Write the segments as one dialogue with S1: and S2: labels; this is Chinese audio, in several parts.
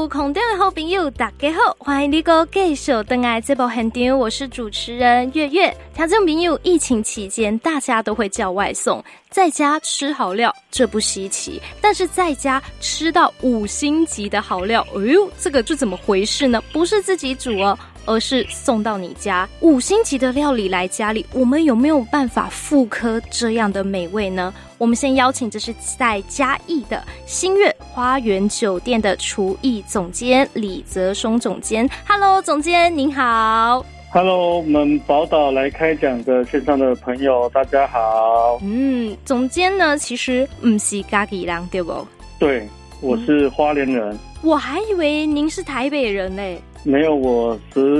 S1: 有空中的好朋友大家好，欢迎你哥继续回来这部现场，我是主持人月月。听众朋友，疫情期间大家都会叫外送，在家吃好料这不稀奇，但是在家吃到5星级的好料，哎呦，这个就怎么回事呢？不是自己煮哦，而是送到你家。5星级的料理来家里，我们有没有办法复刻这样的美味呢？我们先邀请这是在嘉义的新月花园酒店的厨艺总监李泽松总监。Hello， 总监您好。
S2: Hello， 我们宝岛来开讲的线上的朋友，大家好。
S1: 总监呢，其实不是嘉义人，对不？
S2: 对，我是花莲人。
S1: 我还以为您是台北人嘞。
S2: 没有，我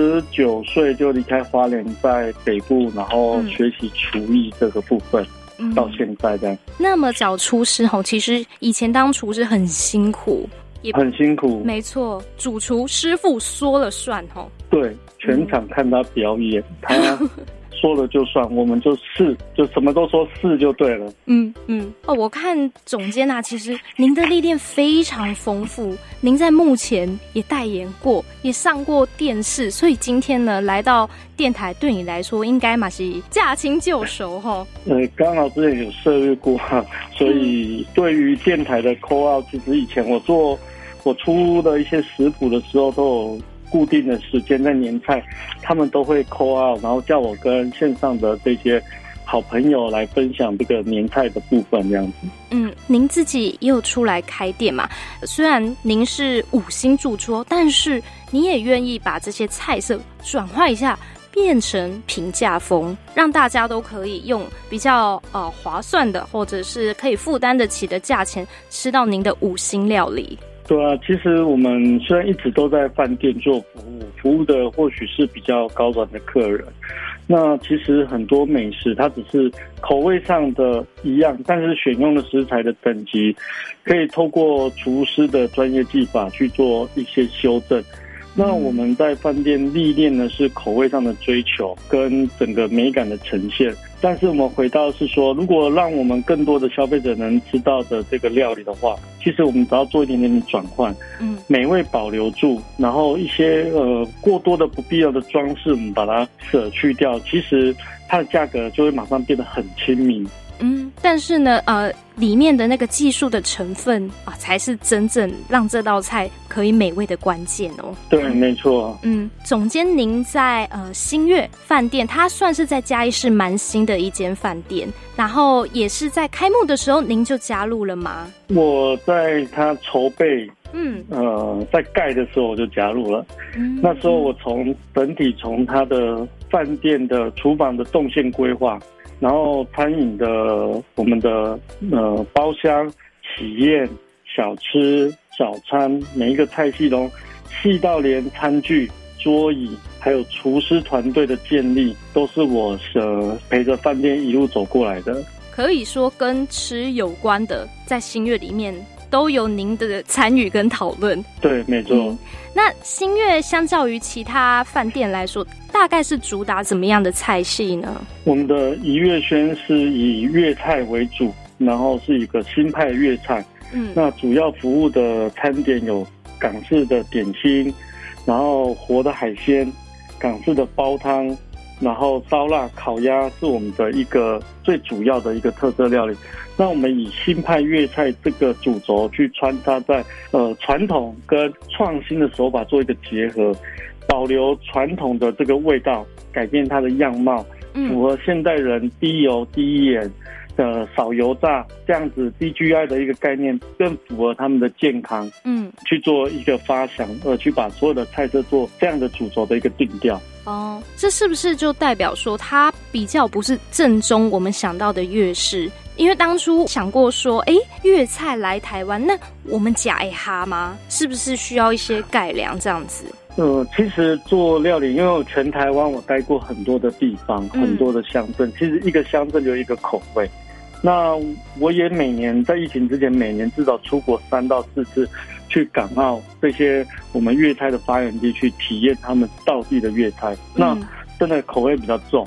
S2: 19岁就离开花莲，在北部，然后学习厨艺这个部分。到现在这样，
S1: 那么早出师吼，其实以前当厨师很辛苦，
S2: 也很辛苦，
S1: 没错，主厨师傅说了算吼。
S2: 对，全场看他表演，他说了就算，我们就什么都说是就对了。
S1: 我看总监啊，其实您的历练非常丰富，您在幕前也代言过，也上过电视，所以今天呢来到电台，对你来说应该嘛是驾轻就熟齁。
S2: 刚好之前有涉猎过，所以对于电台的 call out， 其实以前我出的一些食谱的时候都有固定的时间，在年菜他们都会 call out， 然后叫我跟线上的这些好朋友来分享这个年菜的部分这样子。
S1: 您自己也有出来开店嘛？虽然您是5星驻桌，但是你也愿意把这些菜色转换一下，变成平价风，让大家都可以用比较划算的，或者是可以负担得起的价钱吃到您的5星料理。
S2: 对啊，其实我们虽然一直都在饭店做服务的或许是比较高端的客人，那其实很多美食它只是口味上的一样，但是选用的食材的等级可以透过厨师的专业技法去做一些修正。那我们在饭店历练的是口味上的追求跟整个美感的呈现，但是我们回到是说，如果让我们更多的消费者能吃到的这个料理的话，其实我们只要做一点点的转换，美味保留住，然后一些过多的不必要的装饰我们把它舍去掉，其实它的价格就会马上变得很亲民。
S1: 但是呢，里面的那个技术的成分啊，才是真正让这道菜可以美味的关键哦。
S2: 对，没错。
S1: 总监您在新月饭店，它算是在嘉义市蛮新的一间饭店，然后也是在开幕的时候您就加入了吗？
S2: 我在它筹备。在盖的时候我就加入了。那时候我整体从它的饭店的厨房的动线规划，然后餐饮的我们的包厢、喜宴、小吃、早餐，每一个菜系中细到连餐具、桌椅，还有厨师团队的建立，都是我陪着饭店一路走过来的。
S1: 可以说跟吃有关的，在新月里面都有您的参与跟讨论。
S2: 对，没错。
S1: 那新月相较于其他饭店来说，大概是主打怎么样的菜系呢？
S2: 我们的怡月轩是以粤菜为主，然后是一个新派粤菜。那主要服务的餐点有港式的点心，然后活的海鲜，港式的煲汤，然后烧腊、烤鸭是我们的一个最主要的一个特色料理。那我们以新派粤菜这个主轴去穿插在传统跟创新的手法做一个结合，保留传统的这个味道，改变它的样貌，符合现代人低油低盐少油炸这样子 DGI 的一个概念，更符合他们的健康。去做一个发想，去把所有的菜色做这样的主轴的一个定调。
S1: 这是不是就代表说它比较不是正宗我们想到的粤式？因为当初想过说，粤菜来台湾，那我们假哈吗？是不是需要一些改良这样子？
S2: 其实做料理，因为我全台湾我待过很多的地方，很多的乡镇，其实一个乡镇就一个口味。那我也每年在疫情之前，每年至少出国3到4次，去港澳这些我们粤菜的发源地去体验他们道地的粤菜。那真的口味比较重，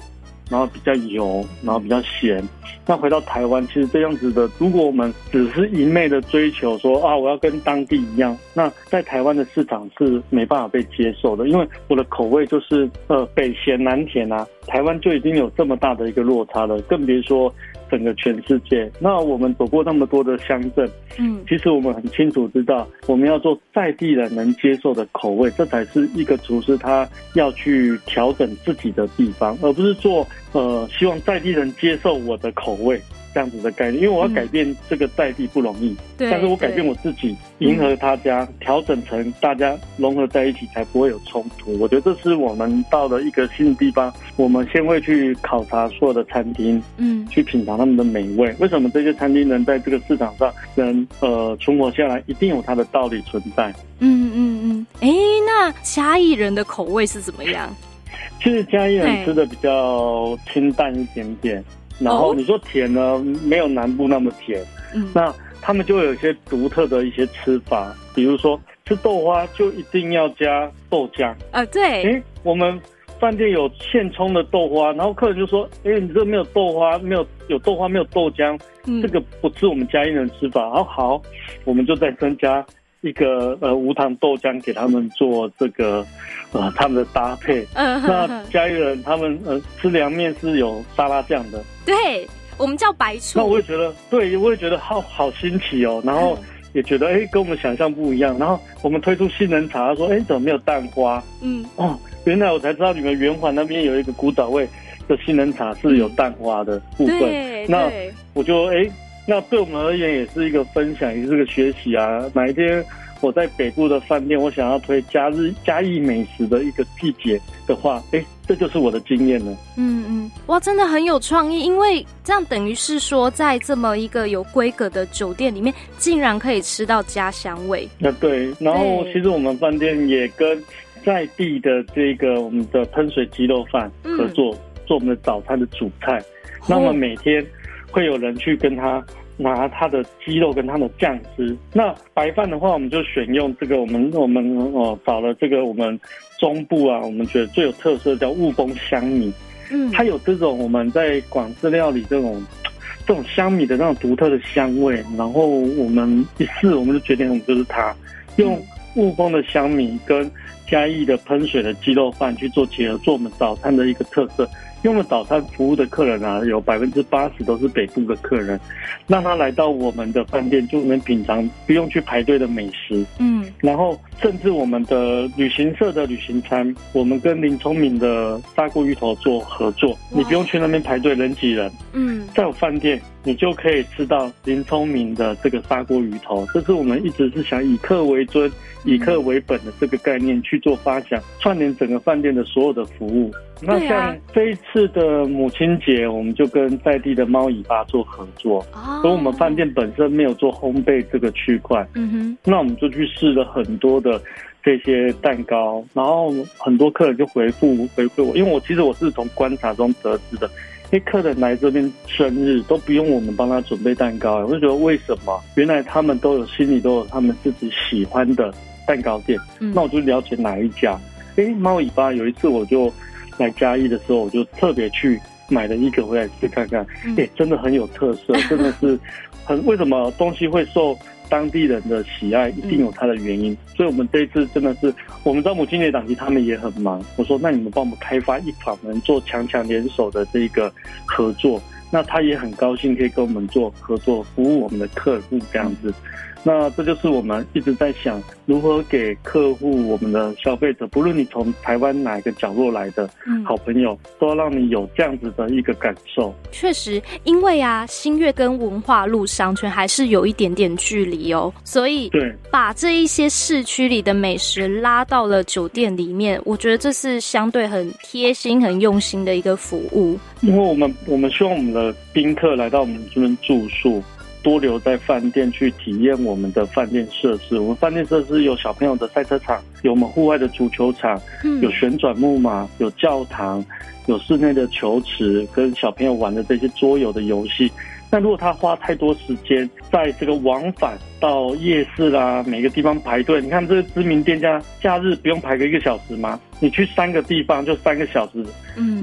S2: 然后比较油，然后比较咸。那回到台湾，其实这样子的，如果我们只是一昧的追求说啊，我要跟当地一样，那在台湾的市场是没办法被接受的，因为我的口味就是北咸南甜啊，台湾就已经有这么大的一个落差了，更别说整个全世界。那我们走过那么多的乡镇，其实我们很清楚知道，我们要做在地人能接受的口味，这才是一个厨师他要去调整自己的地方，而不是做希望在地人接受我的口味这样子的概念。因为我要改变这个在地不容易，但是我改变我自己，迎合他家，调整成大家融合在一起，才不会有冲突。我觉得这是我们到了一个新的地方，我们先会去考察所有的餐厅，去品尝他们的美味。为什么这些餐厅能在这个市场上能存活下来，一定有它的道理存在。
S1: 那嘉义人的口味是怎么样？
S2: 其实嘉义人吃的比较清淡一点点，然后你说甜呢，没有南部那么甜。那他们就会有一些独特的一些吃法，比如说吃豆花就一定要加豆浆。
S1: 对。
S2: 我们饭店有现冲的豆花，然后客人就说：“你这没有豆花，有豆花没有豆浆，这个不是我们嘉义人吃法。”好，我们就再增加一个无糖豆浆给他们做这个他们的搭配。那嘉义人他们吃凉面是有沙拉酱的，
S1: 对，我们叫白醋。
S2: 那我也觉得，对，我也觉得好新奇哦。然后也觉得跟我们想象不一样。然后我们推出杏仁茶，他说怎么没有蛋花？原来我才知道你们圆环那边有一个古早味的杏仁茶是有蛋花的部分。那我就那对我们而言也是一个分享，也是个学习啊。哪一天我在北部的饭店，我想要推嘉义美食的一个季节的话，这就是我的经验了。
S1: 哇，真的很有创意，因为这样等于是说，在这么一个有规格的酒店里面，竟然可以吃到家乡味。
S2: 对，然后其实我们饭店也跟在地的这个我们的喷水鸡肉饭合作，做我们的早餐的主菜。那么每天会有人去跟他拿他的鸡肉跟他的酱汁。那白饭的话，我们就选用这个我们找了这个我们中部啊，我们觉得最有特色叫雾峰香米。它有这种我们在广式料理这种香米的那种独特的香味。然后我们一试，我们就决定我们就是它，用雾峰的香米跟嘉义的喷水的鸡肉饭去做结合，做我们早餐的一个特色。因为我们早餐服务的客人啊，有80%都是北部的客人，让他来到我们的饭店就能品尝不用去排队的美食。然后甚至我们的旅行社的旅行餐，我们跟林聪明的砂锅鱼头做合作，你不用去那边排队人挤人。在我饭店你就可以吃到林聪明的这个砂锅鱼头。这是我们一直是想以客为尊，以客为本的这个概念去做发想，串联整个饭店的所有的服务。那像这一次的母亲节，我们就跟在地的猫尾巴做合作，所以我们饭店本身没有做烘焙这个区块。那我们就去试了很多的这些蛋糕，然后很多客人就回馈我，因为我是从观察中得知的，客人来这边生日都不用我们帮他准备蛋糕，我就觉得为什么？原来他们心里都有他们自己喜欢的蛋糕店。那我就了解哪一家。猫尾巴有一次我就来嘉义的时候，我就特别去买了一个回来试看看。真的很有特色，真的是为什么东西会受当地人的喜爱，一定有它的原因。所以我们这一次真的是，我们知道母亲节档期他们也很忙，我说那你们帮我们开发一款能做强联手的这个合作。那他也很高兴可以跟我们做合作，服务我们的客户这样子。那这就是我们一直在想如何给客户，我们的消费者，不论你从台湾哪一个角落来的好朋友，都要让你有这样子的一个感受。
S1: 确实，因为新月跟文化路商圈还是有一点点距离哦，所以把这一些市区里的美食拉到了酒店里面，我觉得这是相对很贴心很用心的一个服务。
S2: 因为我们希望我们的宾客来到我们这边住宿，多留在饭店去体验我们的饭店设施。我们饭店设施有小朋友的赛车场，有我们户外的足球场，有旋转木马，有教堂，有室内的球池，跟小朋友玩的这些桌游的游戏。那如果他花太多时间在这个往返到夜市啦，每个地方排队，你看这个知名店家假日不用排个1个小时吗？你去3个地方就3个小时，然后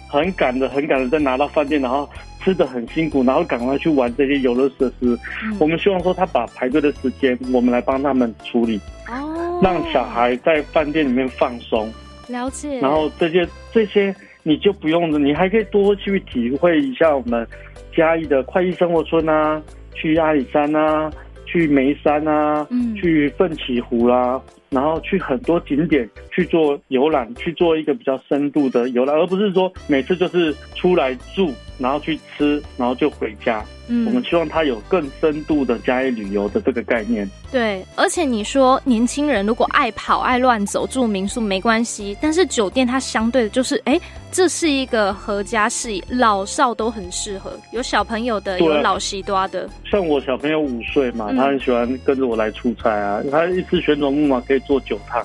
S2: 很赶的再拿到饭店，然后吃得很辛苦，然后赶快去玩这些游乐设施。我们希望说他把排队的时间我们来帮他们处理，让小孩在饭店里面放松。
S1: 了解。然
S2: 后这些你就不用，你还可以多去体会一下我们嘉义的快意生活村啊，去阿里山啊，去梅山啊，去奋起湖啦，然后去很多景点去做游览，去做一个比较深度的游览，而不是说每次就是出来住，然后去吃，然后就回家。我们希望他有更深度的嘉义旅游的这个概念。
S1: 对，而且你说年轻人如果爱跑爱乱走住民宿没关系，但是酒店它相对的就是这是一个合家适宜，老少都很适合，有小朋友的，有老西多的。
S2: 像我小朋友5岁嘛，他很喜欢跟着我来出差啊，他一次旋转木马可以坐9趟。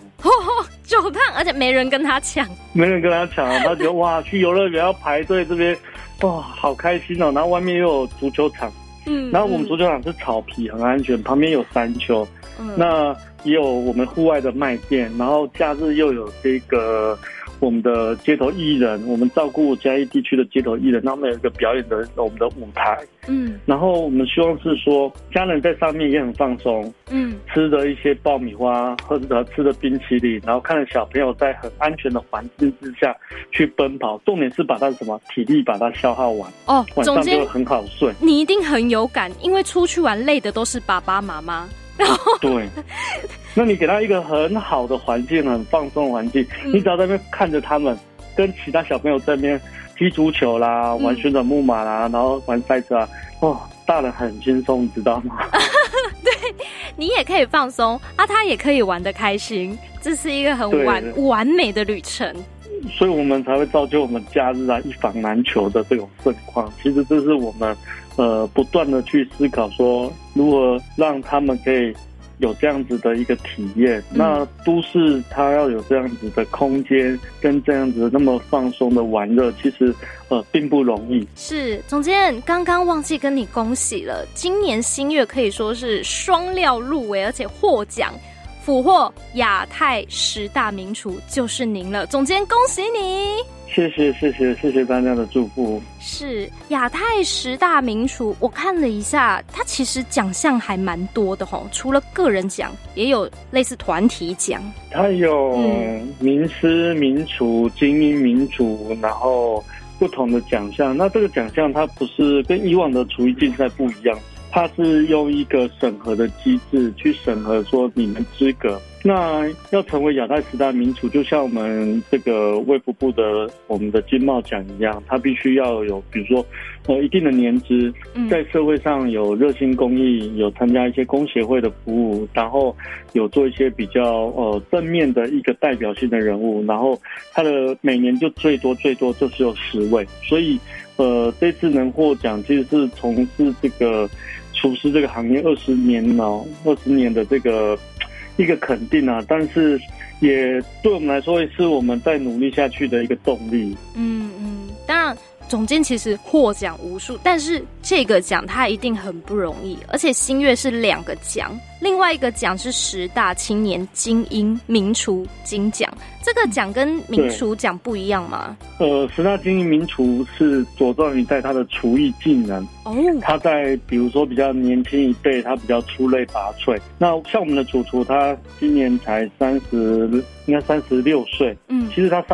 S1: 9趟，而且没人跟他抢，
S2: 他觉得哇，去游乐园要排队这边。哇，好开心哦！然后外面又有足球场，然后我们足球场是草皮，很安全，旁边有山丘，那也有我们户外的卖店，然后假日又有这个我们的街头艺人，我们照顾嘉义地区的街头艺人，他们有一个表演的我们的舞台，然后我们希望是说家人在上面也很放松，吃的一些爆米花，或者吃的冰淇淋，然后看着小朋友在很安全的环境之下去奔跑，重点是把他体力把它消耗完晚上就会很好睡。
S1: 你一定很有感，因为出去玩累的都是爸爸妈妈。
S2: 对，那你给他一个很好的环境，很放松的环境，你只要在那边看着他们跟其他小朋友在那边踢足球啦，玩旋转木马啦，然后玩赛车啊，大人很轻松，你知道吗？
S1: 对，你也可以放松他也可以玩得开心，这是一个很完美的旅程。
S2: 所以我们才会造就我们假日一房难求的这种盛况。其实这是我们不断的去思考说如何让他们可以有这样子的一个体验。那都市它要有这样子的空间跟这样子那么放松的玩乐，其实并不容易。
S1: 是，总监刚刚忘记跟你恭喜了，今年新月可以说是双料入围，而且获奖。俘获亚太10大名厨就是您了，总监恭喜你！
S2: 谢谢大家的祝福。
S1: 是亚太10大名厨，我看了一下，它其实奖项还蛮多的吼，除了个人奖，也有类似团体奖。
S2: 它有名师、名厨、精英名厨，然后不同的奖项。那这个奖项它不是跟以往的厨艺竞赛不一样。它是用一个审核的机制去审核说你们资格，那要成为亚太10大名厨，就像我们这个卫福部的我们的经贸奖一样，它必须要有比如说一定的年资，在社会上有热心公益，有参加一些工协会的服务，然后有做一些比较正面的一个代表性的人物，然后它的每年就最多就是有10位，所以这次能获奖其实是从事这个厨师这个行业20年的这个一个肯定啊，但是也对我们来说也是我们在努力下去的一个动力。
S1: 当然总监其实获奖无数，但是这个奖他一定很不容易，而且新月是2个奖，另外一个奖是10大青年精英名厨金奖，这个奖跟名厨奖不一样吗
S2: ？10大精英名厨是着重于在他的厨艺技能他在比如说比较年轻一辈，他比较出类拔萃。那像我们的主厨，他今年才应该36岁，其实他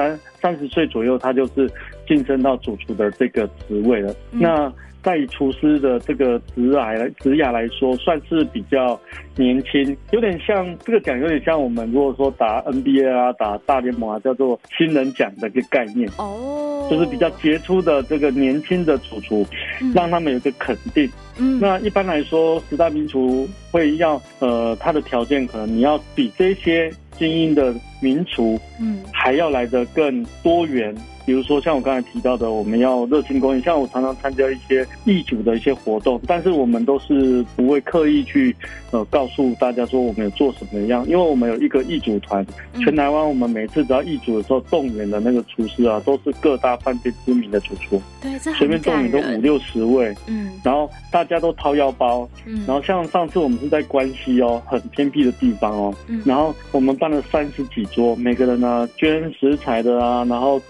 S2: 30岁左右，他就是晋升到主厨的这个职位了。那在以厨师的这个职涯来说，算是比较年轻，有点像这个奖，有点像我们如果说打 NBA 啊、打大联盟啊，叫做新人奖的一个概念。就是比较杰出的这个年轻的主厨，让他们有一个肯定。那一般来说10大名厨会要他的条件可能你要比这些精英的名厨还要来得更多元。比如说像我刚才提到的，我们要热心公益，像我常常参加一些义煮的一些活动，但是我们都是不会刻意去告诉大家说我们有做什么样，因为我们有一个义煮团，全台湾我们每次只要义煮的时候动员的那个厨师啊，都是各大饭店知名的主厨，
S1: 对，这
S2: 随便动员都50-60位，然后大家都掏腰包，然后像上次我们是在关西很偏僻的地方然后我们办了30几桌，每个人呢捐食材的啊，然后自己带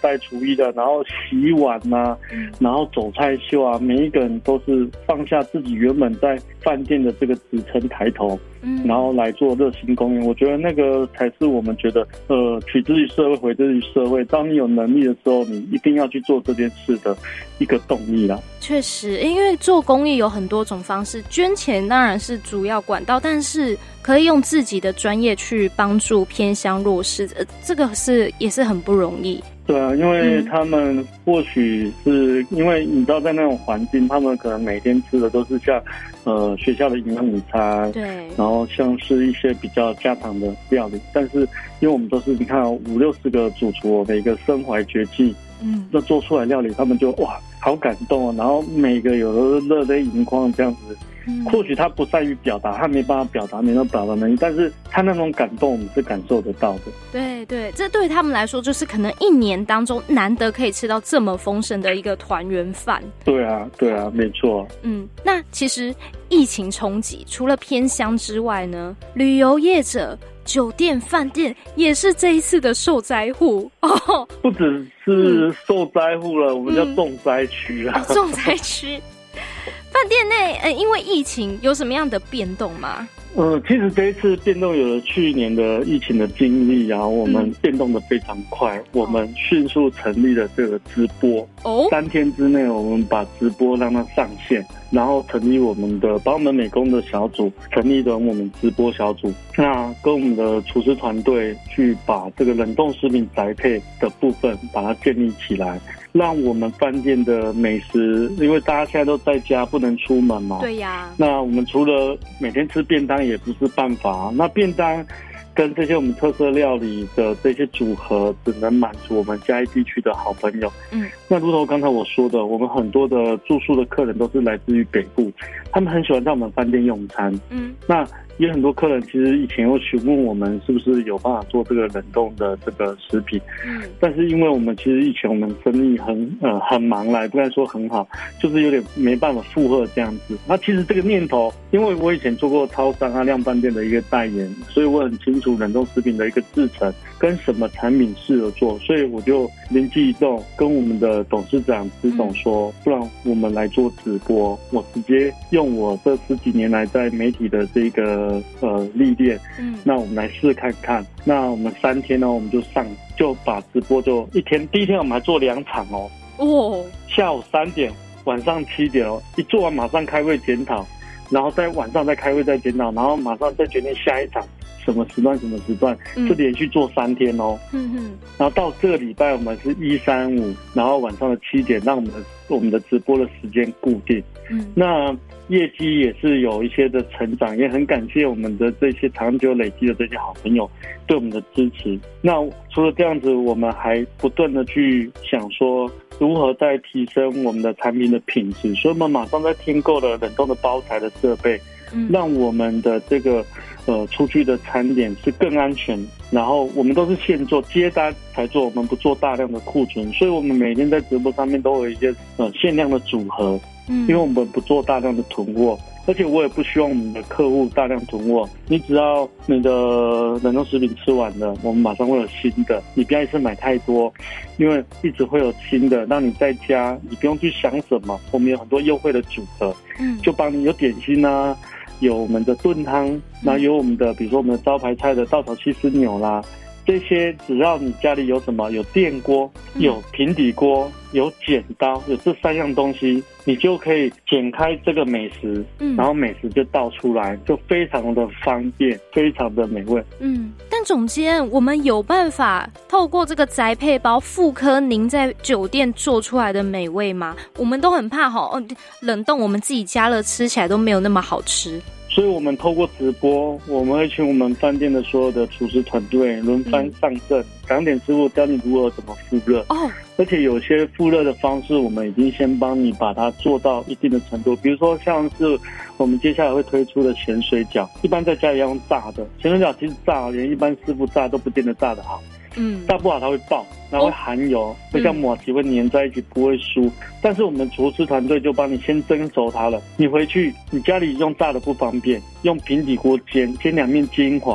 S2: 在厨艺的，然后洗碗啊，然后走菜秀啊，每一个人都是放下自己原本在饭店的这个职称抬头，然后来做热心公益。我觉得那个才是我们觉得取之于社会，回之于社会。当你有能力的时候，你一定要去做这件事的一个动力啦。
S1: 确实，因为做公益有很多种方式，捐钱当然是主要管道，但是可以用自己的专业去帮助偏乡弱势，这个也是很不容易。
S2: 对啊，因为他们或许是因为你知道，在那种环境，他们可能每天吃的都是像学校的营养午餐，对，然后像是一些比较家常的料理，但是因为我们都是你看50-60个主厨，每个身怀绝技，那做出来料理，他们就哇好感动哦，然后每个有的热泪盈眶这样子。或许他不善于表达，他没办法表达，没有表达能力，但是他那种感动我们是感受得到的。
S1: 对对，这对他们来说就是可能一年当中难得可以吃到这么丰盛的一个团圆饭。
S2: 对啊对啊，没错。
S1: 那其实疫情冲击除了偏乡之外呢，旅游业者、酒店、饭店也是这一次的受灾户哦。
S2: 不只是受灾户了，我们叫重灾区啊。
S1: 重灾区。饭店内因为疫情有什么样的变动吗？
S2: 其实这一次变动有了去年的疫情的经历啊，我们变动的非常快，我们迅速成立了这个直播，3天之内我们把直播让它上线，然后成立我们的把我们美工的小组成立了我们直播小组，那跟我们的厨师团队去把这个冷冻食品宅配的部分把它建立起来，让我们饭店的美食，因为大家现在都在家不能出门嘛，
S1: 对呀，
S2: 那我们除了每天吃便当也不是办法，那便当跟这些我们特色料理的这些组合只能满足我们嘉义地区的好朋友。那如同刚才我说的，我们很多的住宿的客人都是来自于北部，他们很喜欢在我们饭店用餐。那也很多客人其实以前有询问我们是不是有办法做这个冷冻的这个食品，但是因为我们其实以前我们生意很忙啦，不该说很好，就是有点没办法负荷这样子。那其实这个念头，因为我以前做过超商啊量贩店的一个代言，所以我很清楚冷冻食品的一个制程跟什么产品适合做，所以我就灵机一动跟我们的董事长支董说，不然我们来做直播，我直接用我这10几年来在媒体的这个历练，那我们来试看看。那我们3天呢，我们就把直播就第一天我们还做2场哦，下午3点，晚上7点哦，一做完马上开会检讨，然后在晚上再开会再检讨，然后马上再决定下一场什么时段，就连续做3天哦。然后到这个礼拜我们是1、3、5，然后晚上的7点，让我们的直播的时间固定。那业绩也是有一些的成长，也很感谢我们的这些长久累积的这些好朋友对我们的支持。那除了这样子，我们还不断的去想说如何再提升我们的产品的品质，所以我们马上在添购了冷冻的包材的设备，让我们的这个出去的餐点是更安全。然后我们都是现做接单才做，我们不做大量的库存，所以我们每天在直播上面都有一些限量的组合，因为我们不做大量的囤货，而且我也不希望我们的客户大量囤货。你只要你的冷冻食品吃完了，我们马上会有新的，你不要一次买太多，因为一直会有新的，让你在家你不用去想什么，我们有很多优惠的组合，就帮你有点心啊，有我们的炖汤，然后有我们的比如说我们的招牌菜的稻草起司牛啦，这些只要你家里有什么，有电锅、有平底锅、有剪刀，有这3样东西，你就可以剪开这个美食，然后美食就倒出来，就非常的方便，非常的美味。
S1: 但总监，我们有办法透过这个宅配包复刻您在酒店做出来的美味吗？我们都很怕冷冻我们自己加热吃起来都没有那么好吃。
S2: 所以我们透过直播，我们会请我们饭店的所有的厨师团队轮番上阵，港点师傅教你如何怎么复热。而且有些复热的方式，我们已经先帮你把它做到一定的程度。比如说像是我们接下来会推出的咸水饺，一般在家里要用炸的，咸水饺其实炸连一般师傅炸都不见得炸得好。炸不好它会爆，然后会含油，会像麻糬会粘在一起，不会酥。但是我们厨师团队就帮你先蒸熟它了，你回去你家里用炸的不方便，用平底锅煎2面金黄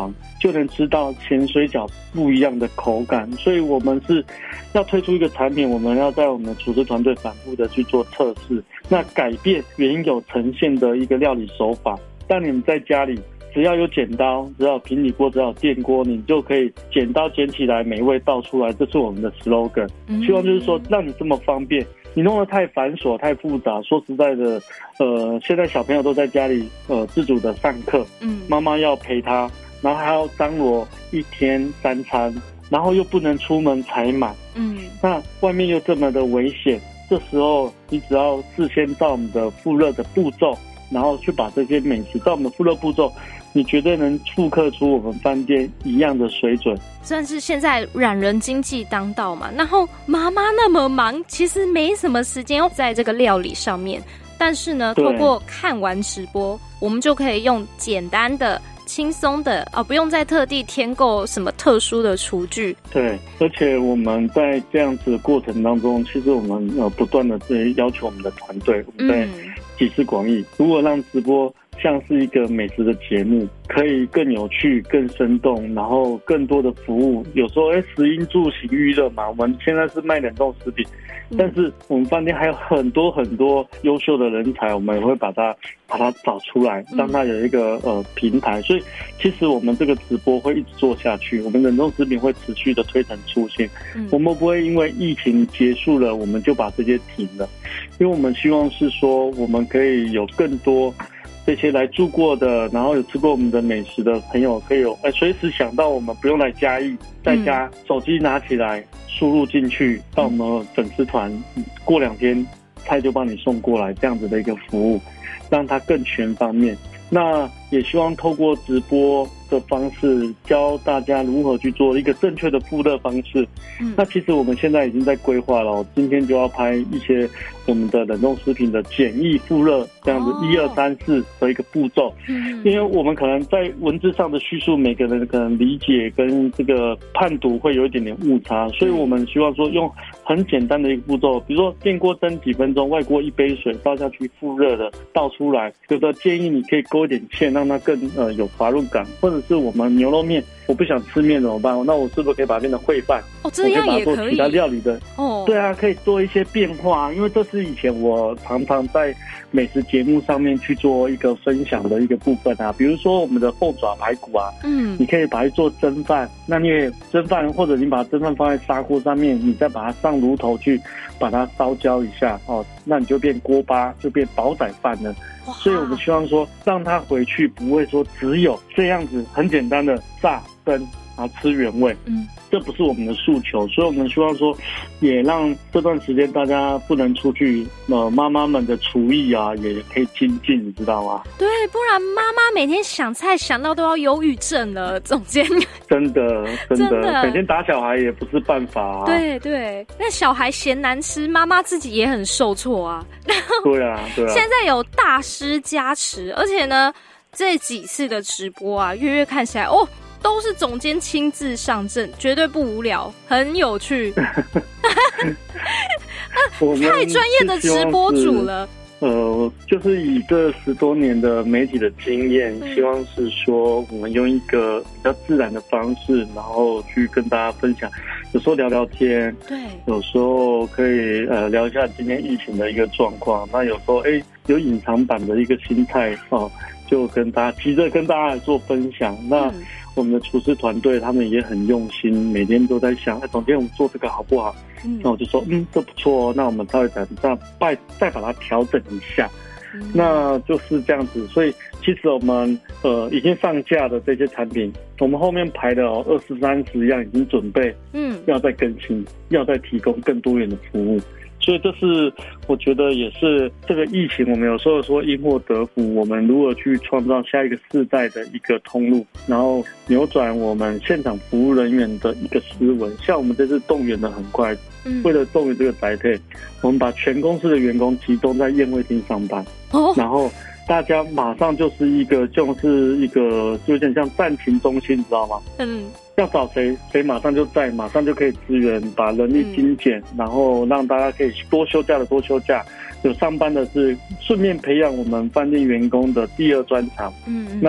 S2: 就能吃到咸水饺不一样的口感。所以我们是要推出一个产品，我们要在我们的厨师团队反复的去做测试，那改变原有呈现的一个料理手法。当你们在家里只要有剪刀，只要有平底锅，只要有电锅，你就可以剪刀剪起来，美味倒出来，这是我们的 slogan。希望就是说让你这么方便，你弄得太繁琐太复杂。说实在的，现在小朋友都在家里自主的上课，妈妈要陪他，然后还要张罗一天3餐，然后又不能出门采买，那外面又这么的危险。这时候你只要事先照我们的复热的步骤，然后去把这些美食照我们的复热步骤，你绝对能复刻出我们饭店一样的水准。
S1: 算是现在懒人经济当道嘛，然后妈妈那么忙，其实没什么时间在这个料理上面。但是呢，透过看完直播，我们就可以用简单的轻松的不用再特地添购什么特殊的厨具。
S2: 对，而且我们在这样子的过程当中，其实我们不断的要求我们的团队，我们在集思广益，如果让直播像是一个美食的节目，可以更有趣更生动，然后更多的服务。有时候食衣住行娱乐嘛，我们现在是卖冷冻食品，但是我们饭店还有很多很多优秀的人才，我们也会把它找出来，让它有一个平台。所以其实我们这个直播会一直做下去，我们冷冻食品会持续的推陈出新，我们不会因为疫情结束了我们就把这些停了，因为我们希望是说我们可以有更多这些来住过的，然后有吃过我们的美食的朋友，可以有随时想到我们，不用来嘉义，在家手机拿起来输入进去到我们粉丝团，过2天菜就帮你送过来，这样子的一个服务，让它更全方面。那也希望透过直播的方式教大家如何去做一个正确的复热方式。那其实我们现在已经在规划了，今天就要拍一些我们的冷冻食品的简易复热，这样子1、2、3、4的一个步骤。因为我们可能在文字上的叙述，每个人可能理解跟这个判读会有一点点误差，所以我们希望说用很简单的一个步骤，比如说电锅蒸几分钟，外锅1杯水倒下去复热的倒出来，有的建议你可以勾一点芡，让它更有滑润感，或者是我们牛肉面我不想吃面怎么办？那我是不是可以把它变成烩饭？
S1: 这样也可以。我可以把它做其他料理的。
S2: 对啊，可以做一些变化，因为这是以前我常常在美食节目上面去做一个分享的一个部分啊。比如说我们的凤爪排骨啊，你可以把它做蒸饭，那你也蒸饭，或者你把蒸饭放在砂锅上面，你再把它上炉头去把它烧焦一下那你就变锅巴，就变煲仔饭了。所以我们希望说让他回去不会说只有这样子很简单的炸蒸然后吃原味，这不是我们的诉求。所以我们希望说也让这段时间大家不能出去，妈妈们的厨艺啊也可以精进，你知道吗？
S1: 对，不然妈妈每天想菜想到都要忧郁症了，总监。
S2: 真的每天打小孩也不是办法啊。
S1: 对，那小孩嫌难吃，妈妈自己也很受挫啊。
S2: 对啊。
S1: 现在有大师加持，而且呢这几次的直播啊，月月看起来都是总监亲自上阵，绝对不无聊，很有趣。太专业的直播主了。
S2: 就是以这10多年的媒体的经验，希望是说我们用一个比较自然的方式，然后去跟大家分享。有时候聊聊天，对，有时候可以聊一下今天疫情的一个状况。那有时候有隐藏版的一个心态就跟大家急着跟大家来做分享。那我们的厨师团队他们也很用心，每天都在想总监我们做这个好不好？那我就说这不错那我们稍微再把它调整一下。那就是这样子。所以其实我们已经上架的这些产品，我们后面排的20、30样已经准备要再更新，要再提供更多元的服务。所以这是我觉得也是这个疫情，我们有时候说因祸得福，我们如何去创造下一个世代的一个通路，然后扭转我们现场服务人员的一个思维。像我们这次动员的很快，为了动员这个宅配，我们把全公司的员工集中在宴会厅上班，然后大家马上就是一个就有点像战情中心，你知道吗？要找谁马上就在，马上就可以支援，把人力精简，然后让大家可以多休假的多休假，有上班的是顺便培养我们饭店员工的第2专长。那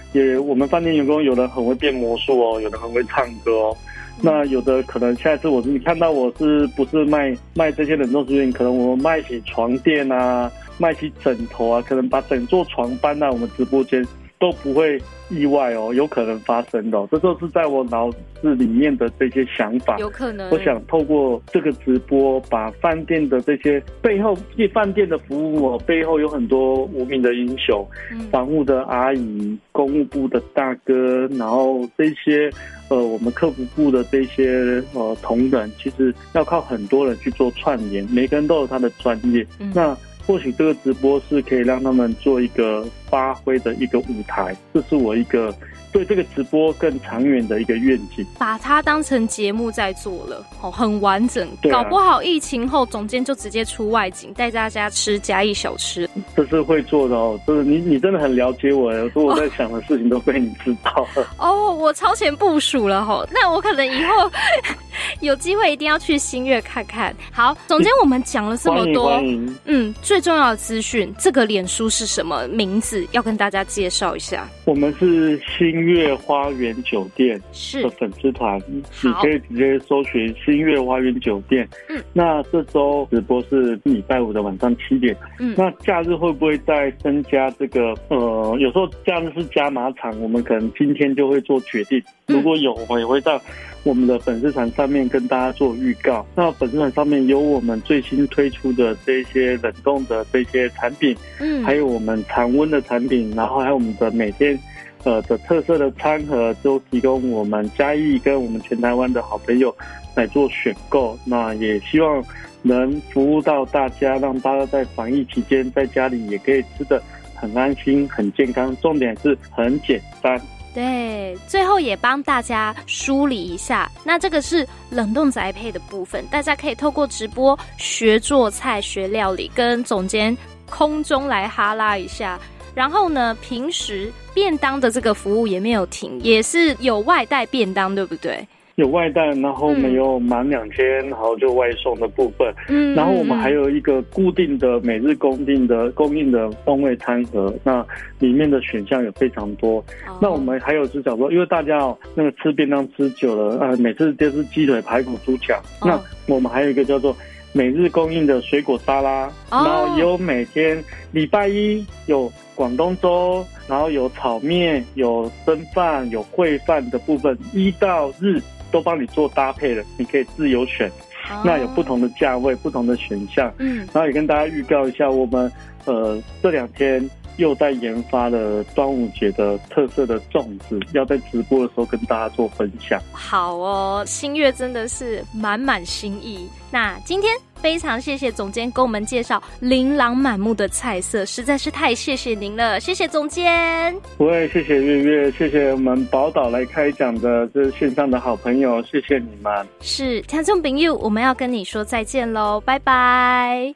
S2: 我们饭店员工有的很会变魔术哦，有的很会唱歌哦。那有的可能下一次你看到我是不是卖这些冷冻食品，可能我们卖起床垫啊，卖起枕头啊，可能把整座床搬到我们直播间都不会意外哦，有可能发生的哦。这都是在我脑子里面的这些想法，
S1: 有可能。
S2: 我想透过这个直播，把饭店的这些背后，饭店的服务哦，背后有很多无名的英雄，房务的阿姨、公务部的大哥，然后这些我们客服部的这些同仁，其实要靠很多人去做串联，每个人都有他的专业。那或许这个直播是可以让他们做一个发挥的一个舞台，这是我一个对这个直播更长远的一个愿景，
S1: 把它当成节目在做了，很完整。搞不好疫情后总监就直接出外景，带大家吃嘉义小吃。
S2: 这是会做的哦，这是你真的很了解我，说我在想的事情都被你知道了。
S1: 哦，我超前部署了吼，那我可能以后有机会一定要去新月看看。好，总监，我们讲了这么多，
S2: 欢迎。
S1: 最重要的资讯，这个脸书是什么名字？要跟大家介绍一下。
S2: 我们是新月花园酒店的粉丝团，你可以直接搜寻新月花园酒店。那这周直播是礼拜五的晚上7点。那假日会不会再增加这个？有时候假日是加码场，我们可能今天就会做决定。如果有，我们也会在我们的粉丝团上面跟大家做预告。那粉丝团上面有我们最新推出的这些冷冻的这些产品，还有我们常温的产品，然后还有我们的每天的特色的餐盒，都提供我们嘉义跟我们全台湾的好朋友来做选购。那也希望能服务到大家，让大家在防疫期间在家里也可以吃得很安心、很健康，重点是很简单。
S1: 对，最后也帮大家梳理一下，那这个是冷冻宅配的部分，大家可以透过直播学做菜、学料理，跟总监空中来哈拉一下。然后呢，平时便当的这个服务也没有停，也是有外带便当，对不对？
S2: 有外带，然后没有满2天，然后就外送的部分。然后我们还有一个固定的每日供应的风味餐盒，那里面的选项有非常多。那我们还有是讲说，因为大家那个吃便当吃久了，每次就是鸡腿、排骨、猪脚，那我们还有一个叫做每日供应的水果沙拉，然后也有每天礼拜一有广东粥，然后有炒面、有蒸饭、有烩饭的部分，1到日都帮你做搭配了，你可以自由选。那有不同的价位、不同的选项。然后也跟大家预告一下，我们这2天又在研发了端午节的特色的粽子，要在直播的时候跟大家做分享。
S1: 好哦，新月真的是满满心意。那今天非常谢谢总监给我们介绍琳琅满目的菜色，实在是太谢谢您了，谢谢总监。
S2: 不会，谢谢月月，谢谢我们宝岛来开讲的这线上的好朋友，谢谢你们。
S1: 是听众朋友，我们要跟你说再见喽，拜拜。